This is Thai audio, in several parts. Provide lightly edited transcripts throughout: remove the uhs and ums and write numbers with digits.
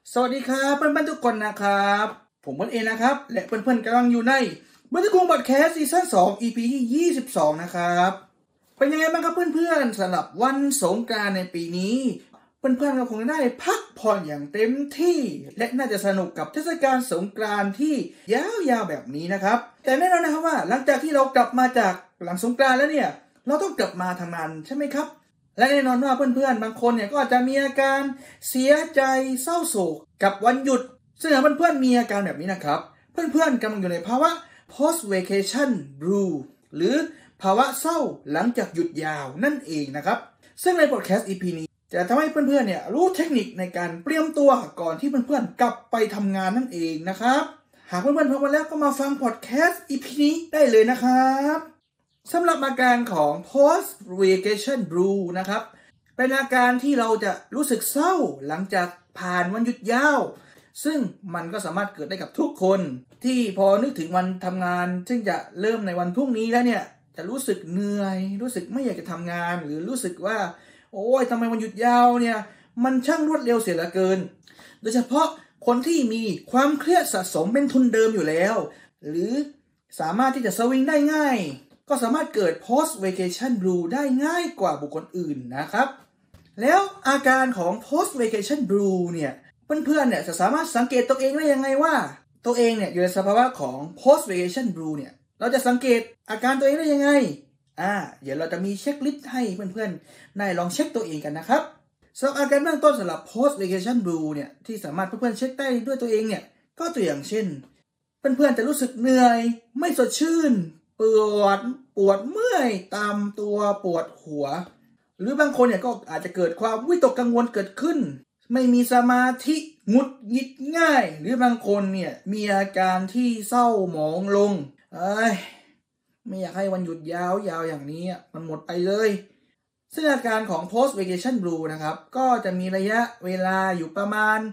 สวัสดีครับเพื่อนๆทุกคนนะครับผมเพื่อนเองนะครับและเพื่อนๆกำลังอยู่ในบันทึกคงพอดแคสต์ซีซั่น2 EP ที่22นะครับเป็นยังไงบ้างครับเพื่อนๆสำหรับวันสงกรานต์ในปีนี้เพื่อนๆก็คงได้พักผ่อนอย่างเต็มที่และน่าจะสนุกกับเทศกาลสงกรานต์ที่ยาวๆแบบนี้นะครับแต่แน่นอนนะครับว่าหลังจากที่เรากลับมาจากหลังสงกรานต์แล้วเนี่ยเราต้องกลับมาทำงานใช่ไหมครับและแน่นอนว่าเพื่อนๆบางคนเนี่ยก็อาจจะมีอาการเสียใจเศร้าโศกกับวันหยุดซึ่งถ้าเพื่อนๆมีอาการแบบนี้นะครับเพื่อนๆกำลังอยู่ในภาวะ post vacation blue หรือภาวะเศร้าหลังจากหยุดยาวนั่นเองนะครับซึ่งในพอดแคสต์ EP นี้จะทำให้เพื่อนๆเนี่ยรู้เทคนิคในการเตรียมตัวก่อนที่เพื่อนๆกลับไปทำงานนั่นเองนะครับหากเพื่อนๆพร้อมแล้วก็มาฟังพอดแคสต์ EP นี้ได้เลยนะครับสำหรับอาการของ post vacation blue นะครับเป็นอาการที่เราจะรู้สึกเศร้าหลังจากผ่านวันหยุดยาวซึ่งมันก็สามารถเกิดได้กับทุกคนที่พอนึกถึงวันทำงานซึ่งจะเริ่มในวันพรุ่งนี้แล้วเนี่ยจะรู้สึกเหนื่อยรู้สึกไม่อยากจะทำงานหรือรู้สึกว่าโอ้ยทำไมวันหยุดยาวเนี่ยมันช่างรวดเร็วเสียเหลือเกินโดยเฉพาะคนที่มีความเครียดสะสมเป็นทุนเดิมอยู่แล้วหรือสามารถที่จะสวิงได้ง่ายก็สามารถเกิด post vacation blue ได้ง่ายกว่าบุคคลอื่นนะครับแล้วอาการของ post vacation blue เนี่ยเพื่อนๆเนี่ยจะสามารถสังเกตตัวเองได้ยังไงว่าตัวเองเนี่ยอยู่ในสภาวะของ post vacation blue เนี่ยเราจะสังเกตอาการตัวเองได้ยังไงเดี๋ยวเราจะมีเช็คลิสต์ให้เพื่อนๆได้ลองเช็คตัวเองกันนะครับสำหรับอาการเบื้องต้นสำหรับ post vacation blue เนี่ยที่สามารถเพื่อนๆเช็คได้ด้วยตัวเองเนี่ยก็ตัวอย่างเช่นเพื่อนๆจะรู้สึกเหนื่อยไม่สดชื่นปวดเมื่อยตามตัวปวดหัวหรือบางคนเนี่ยก็อาจจะเกิดความวิตกกังวลเกิดขึ้นไม่มีสมาธิหงุดหงิดง่ายหรือบางคนเนี่ยมีอาการที่เศร้าหมองลงไม่อยากให้วันหยุดยาวอย่างนี้มันหมดไปเลยซึ่งอาการของ post vacation blue นะครับก็จะมีระยะเวลาอยู่ประมาณ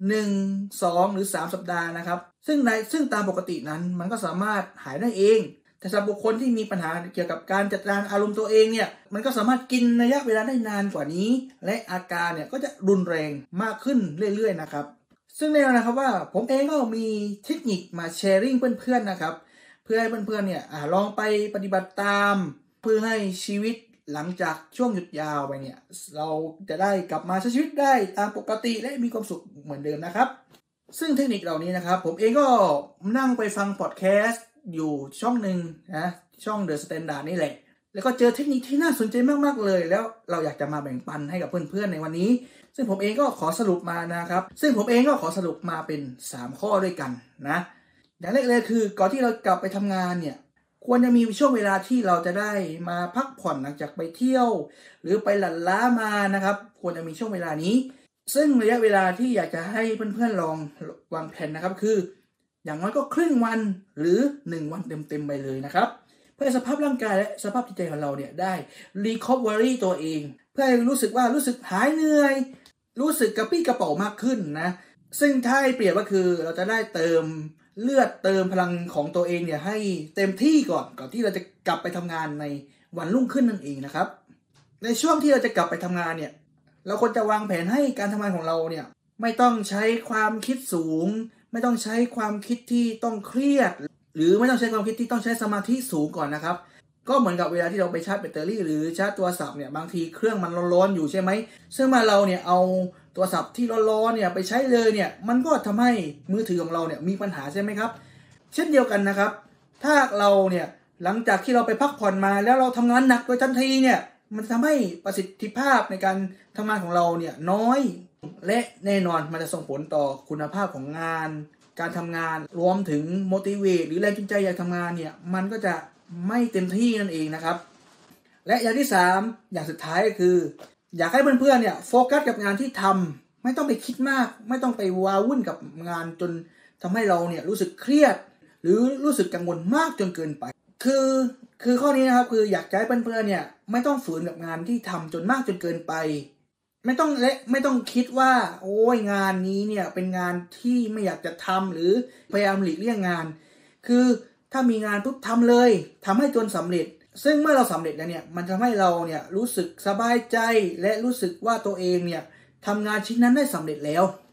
1 2หรือ3สัปดาห์นะครับซึ่งตามปกตินั้นมันก็สามารถหายได้เองแต่สำหรับบุคคลที่มีปัญหาเกี่ยวกับการจัดการอารมณ์ตัวเองเนี่ยมันก็สามารถกินระยะเวลาได้นานกว่านี้และอาการเนี่ยก็จะรุนแรงมากขึ้นเรื่อยๆนะครับซึ่งแน่นอนนะครับว่าผมเองก็มีเทคนิคมาแชร์ริ่งเพื่อนๆนะครับเพื่อให้เพื่อนๆเนี่ยลองไปปฏิบัติตามเพื่อให้ชีวิตหลังจากช่วงหยุดยาวไปเนี่ยเราจะได้กลับมาใช้ชีวิตได้ตามปกติและมีความสุขเหมือนเดิมนะครับซึ่งเทคนิคเหล่านี้นะครับผมเองก็นั่งไปฟังพอดแคสต์อยู่ช่องหนึ่งนะช่อง The Standard นี่แหละแล้วก็เจอเทคนิคที่น่าสนใจมากๆเลยแล้วเราอยากจะมาแบ่งปันให้กับเพื่อนๆในวันนี้ซึ่งผมเองก็ขอสรุปมานะครับซึ่งผมเองก็ขอสรุปมาเป็น3ข้อด้วยกันนะอย่างแรกเลยคือก่อนที่เรากลับไปทำงานเนี่ยควรจะมีช่วงเวลาที่เราจะได้มาพักผ่อนหลังจากไปเที่ยวหรือไปหลั่นล้ามานะครับควรจะมีช่วงเวลานี้ซึ่งระยะเวลาที่อยากจะให้เพื่อนๆลองวางแผนนะครับคืออย่างน้อยก็ครึ่งวันหรือ1วันเต็มๆไปเลยนะครับเพื่อสภาพร่างกายและสภาพจิตใจของเราเนี่ยได้ recovery ตัวเองเพื่อให้รู้สึกหายเหนื่อยรู้สึกกระปรี้กระเป๋ามากขึ้นนะซึ่งถ้าให้เปรียบก็คือเราจะได้เติมเลือดเติมพลังของตัวเองเนี่ยให้เต็มที่ก่อนที่เราจะกลับไปทำงานในวันรุ่งขึ้นนั่นเองนะครับในช่วงที่เราจะกลับไปทำงานเนี่ยเราควรจะวางแผนให้การทำงานของเราเนี่ยไม่ต้องใช้ความคิดสูงไม่ต้องใช้ความคิดที่ต้องเครียดหรือไม่ต้องใช้ความคิดที่ต้องใช้สมาธิสูงก่อนนะครับก็เหมือนกับเวลาที่เราไปชาร์จแบตเตอรี่หรือชาร์จโทรศัพท์เนี่ยบางทีเครื่องมันร้อนๆอยู่ใช่ไหมซึ่งมาเราเนี่ยเอาโทรศัพท์ที่ร้อนๆเนี่ยไปใช้เลยเนี่ยมันก็ทำให้มือถือของเราเนี่ยมีปัญหาใช่ไหมครับเช่นเดียวกันนะครับถ้าเราเนี่ยหลังจากที่เราไปพักผ่อนมาแล้วเราทำงานหนักโดยทันทีเนี่ยมันทำให้ประสิทธิภาพในการทำงานของเราเนี่ยน้อยและแน่นอนมันจะส่งผลต่อคุณภาพของงานการทำงานรวมถึง motivate หรือแรงจูงใจอยากทำงานเนี่ยมันก็จะไม่เต็มที่นั่นเองนะครับและอย่างที่3อย่างสุดท้ายก็คืออยากให้เพื่อนๆเนี่ยโฟกัสกับงานที่ทำไม่ต้องไปคิดมากไม่ต้องไปว้าวุ่นกับงานจนทำให้เราเนี่ยรู้สึกเครียดหรือรู้สึกกังวลมากจนเกินไปคือข้อนี้นะครับคืออยากให้เพื่อนๆเนี่ยไม่ต้องฝืนกับงานที่ทำจนมากจนเกินไปไม่ต้องคิดว่าโอ้ยงานนี้เนี่ยเป็นงานที่ไม่อยากจะทำหรือพยายามหลีกเลี่ยงงานคือถ้ามีงานปุ๊บทำเลยทำให้จนสำเร็จซึ่งเมื่อเราสำเร็จแล้วเนี่ยมันทำให้เราเนี่ยรู้สึกสบายใจและรู้สึกว่าตัวเองเนี่ยทำงานชิ้นนั้นได้สำเร็จแล้ว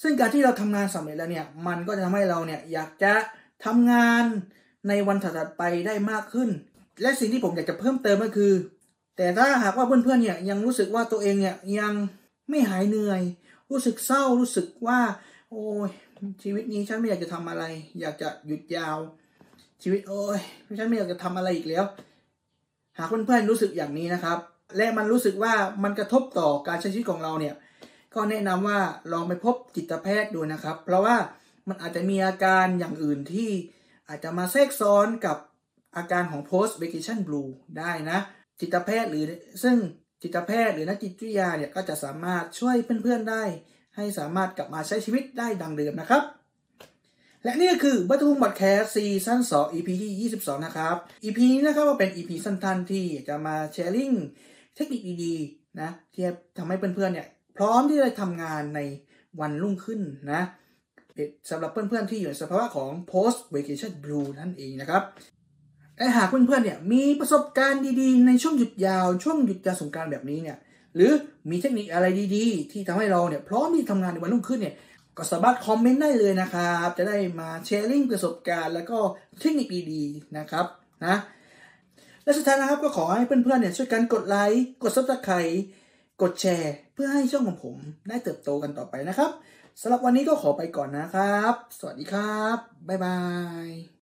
ซึ่งการที่เราทำงานสำเร็จแล้วเนี่ยมันก็จะทำให้เราเนี่ยอยากจะทำงานในวันถัดๆไปได้มากขึ้นและสิ่งที่ผมอยากจะเพิ่มเติมก็คือแต่ถ้าหากว่าเพื่อนๆเนี่ยยังรู้สึกว่าตัวเองเนี่ยยังไม่หายเหนื่อยรู้สึกเศร้ารู้สึกว่าโอ้ยชีวิตนี้ฉันไม่อยากจะทำอะไรอยากจะหยุดยาวชีวิตโอ้ยฉันไม่อยากจะทำอะไรอีกแล้วหากเพื่อนๆรู้สึกอย่างนี้นะครับและมันรู้สึกว่ามันกระทบต่อการใช้ชีวิตของเราเนี่ยก็แนะนำว่าลองไปพบจิตแพทย์ดูนะครับเพราะว่ามันอาจจะมีอาการอย่างอื่นที่อาจจะมาแทรกซ้อนกับอาการของ post vacation blue ได้นะจิตแพทย์หรือซึ่งจิตแพทย์หรือนักจิตวิทยาเนี่ยก็จะสามารถช่วยเพื่อนๆได้ให้สามารถกลับมาใช้ชีวิตได้ดังเดิมนะครับและนี่ก็คือบัตทุ่งบอดแคสต์ซีซั่น2 EP ที่22นะครับ EP นี้นะครับว่าเป็น EP สั้นๆที่จะมาแชร์ลิงเทคนิคดีๆนะที่ทำให้เพื่อนๆเนี่ยพร้อมที่จะทำงานในวันรุ่งขึ้นนะสำหรับเพื่อนๆที่อยู่ในสภาวะของ post vacation blue นั่นเองนะครับและหากเพื่อนๆเนี่ยมีประสบการณ์ดีๆในช่วงหยุดยาวช่วงหยุดยาวสงกรานต์แบบนี้เนี่ยหรือมีเทคนิคอะไรดีๆที่ทำให้เราเนี่ยพร้อมที่ทำงานในวันรุ่งขึ้นเนี่ยก็สามารถคอมเมนต์ได้เลยนะครับจะได้มาแชร์ลิงก์ประสบการณ์แล้วก็เทคนิคดีๆนะครับนะและสุดท้ายนะครับก็ขอให้เพื่อนๆเนี่ยช่วยกันกดไลค์กด Subscribe กดแชร์เพื่อให้ช่องของผมได้เติบโตกันต่อไปนะครับสำหรับวันนี้ก็ขอไปก่อนนะครับสวัสดีครับบ๊ายบาย